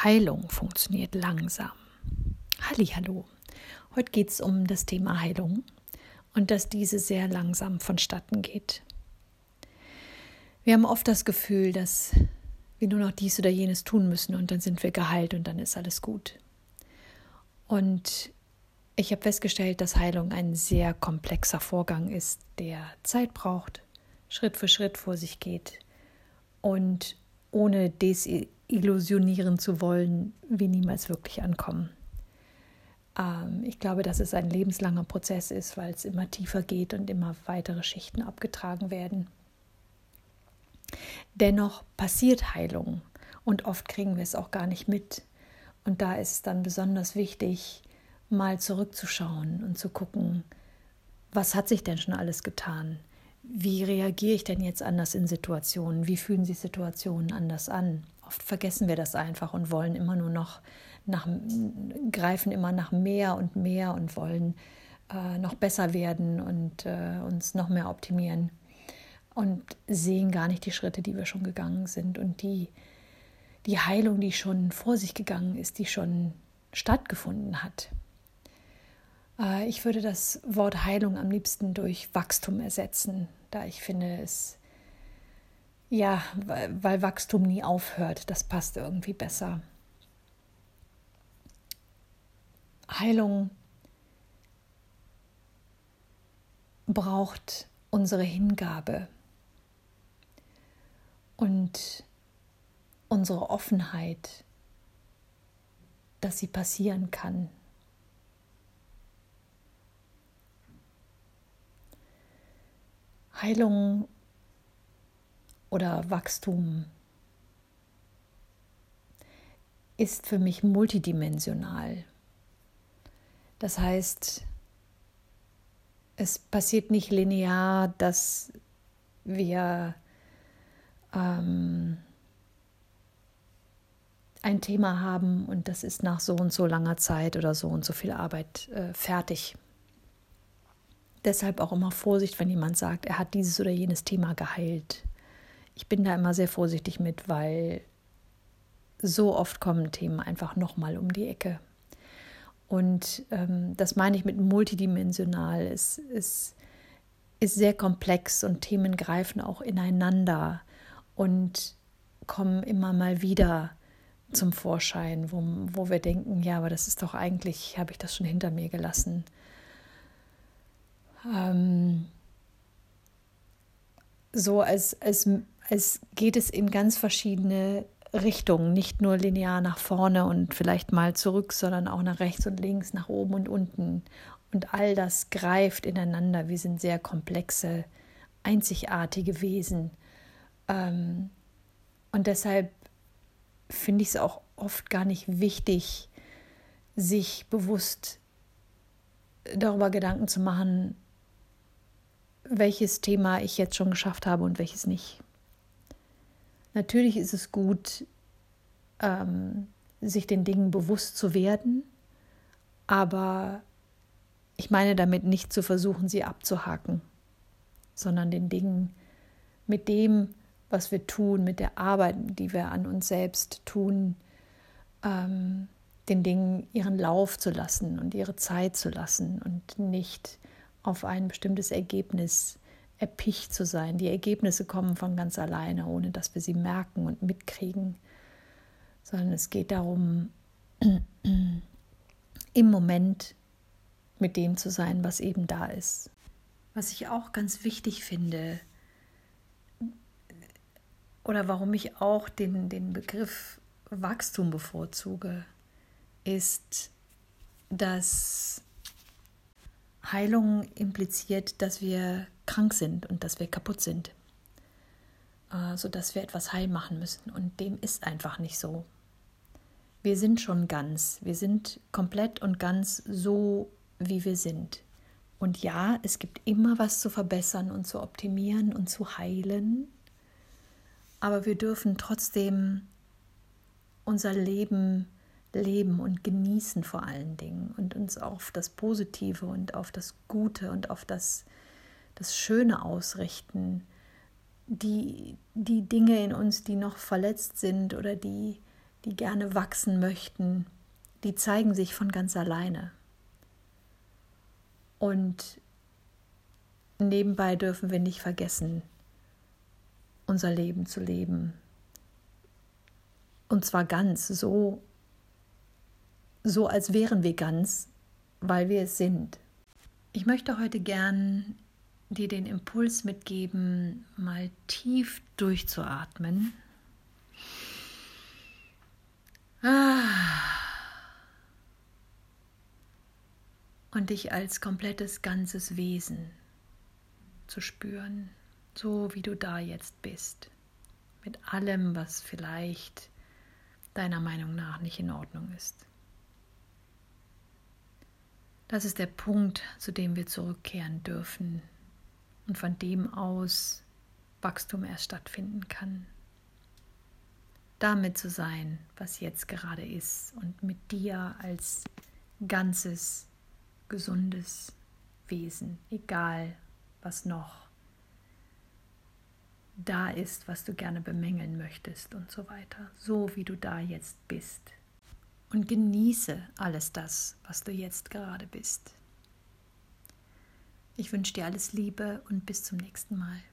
Heilung funktioniert langsam. Hallihallo. Heute geht es um das Thema Heilung und dass diese sehr langsam vonstatten geht. Wir haben oft das Gefühl, dass wir nur noch dies oder jenes tun müssen und dann sind wir geheilt und dann ist alles gut. Und ich habe festgestellt, dass Heilung ein sehr komplexer Vorgang ist, der Zeit braucht, Schritt für Schritt vor sich geht und ohne desillusionieren zu wollen, wir niemals wirklich ankommen. Ich glaube, dass es ein lebenslanger Prozess ist, weil es immer tiefer geht und immer weitere Schichten abgetragen werden. Dennoch passiert Heilung und oft kriegen wir es auch gar nicht mit. Und da ist es dann besonders wichtig, mal zurückzuschauen und zu gucken, was hat sich denn schon alles getan? Wie reagiere ich denn jetzt anders in Situationen? Wie fühlen sich Situationen anders an? Oft vergessen wir das einfach und wollen immer nur noch greifen immer nach mehr und wollen noch besser werden und uns noch mehr optimieren und sehen gar nicht die Schritte, die wir schon gegangen sind und die Heilung, die schon vor sich gegangen ist, die schon stattgefunden hat. Ich würde das Wort Heilung am liebsten durch Wachstum ersetzen, da ich finde weil Wachstum nie aufhört, das passt irgendwie besser. Heilung braucht unsere Hingabe und unsere Offenheit, dass sie passieren kann. Heilung oder Wachstum ist für mich multidimensional. Das heißt, es passiert nicht linear, dass wir ein Thema haben und das ist nach so und so langer Zeit oder so und so viel Arbeit fertig. Deshalb auch immer Vorsicht, wenn jemand sagt, er hat dieses oder jenes Thema geheilt. Ich bin da immer sehr vorsichtig mit, weil so oft kommen Themen einfach nochmal um die Ecke. Und das meine ich mit multidimensional. Es ist sehr komplex und Themen greifen auch ineinander und kommen immer mal wieder zum Vorschein, wo wir denken, ja, aber das ist doch eigentlich, habe ich das schon hinter mir gelassen. So als geht es in ganz verschiedene Richtungen, nicht nur linear nach vorne und vielleicht mal zurück, sondern auch nach rechts und links, nach oben und unten. Und all das greift ineinander. Wir sind sehr komplexe, einzigartige Wesen. Und deshalb finde ich es auch oft gar nicht wichtig, sich bewusst darüber Gedanken zu machen, welches Thema ich jetzt schon geschafft habe und welches nicht. Natürlich ist es gut, sich den Dingen bewusst zu werden, aber ich meine damit nicht zu versuchen, sie abzuhaken, sondern den Dingen mit dem, was wir tun, mit der Arbeit, die wir an uns selbst tun, den Dingen ihren Lauf zu lassen und ihre Zeit zu lassen und nicht auf ein bestimmtes Ergebnis erpicht zu sein. Die Ergebnisse kommen von ganz alleine, ohne dass wir sie merken und mitkriegen, sondern es geht darum, im Moment mit dem zu sein, was eben da ist. Was ich auch ganz wichtig finde, oder warum ich auch den Begriff Wachstum bevorzuge, ist, dass Heilung impliziert, dass wir krank sind und dass wir kaputt sind, sodass wir etwas heil machen müssen. Und dem ist einfach nicht so. Wir sind schon ganz. Wir sind komplett und ganz so, wie wir sind. Und ja, es gibt immer was zu verbessern und zu optimieren und zu heilen. Aber wir dürfen trotzdem unser Leben leben und genießen vor allen Dingen und uns auf das Positive und auf das Gute und auf das Schöne ausrichten. Die Dinge in uns, die noch verletzt sind oder die die gerne wachsen möchten, die zeigen sich von ganz alleine. Und nebenbei dürfen wir nicht vergessen, unser Leben zu leben. Und zwar ganz, so als wären wir ganz, weil wir es sind. Ich möchte heute gern dir den Impuls mitgeben, mal tief durchzuatmen. Und dich als komplettes, ganzes Wesen zu spüren, so wie du da jetzt bist, mit allem, was vielleicht deiner Meinung nach nicht in Ordnung ist. Das ist der Punkt, zu dem wir zurückkehren dürfen und von dem aus Wachstum erst stattfinden kann. Damit zu sein, was jetzt gerade ist und mit dir als ganzes, gesundes Wesen, egal was noch da ist, was du gerne bemängeln möchtest und so weiter, so wie du da jetzt bist. Und genieße alles das, was du jetzt gerade bist. Ich wünsche dir alles Liebe und bis zum nächsten Mal.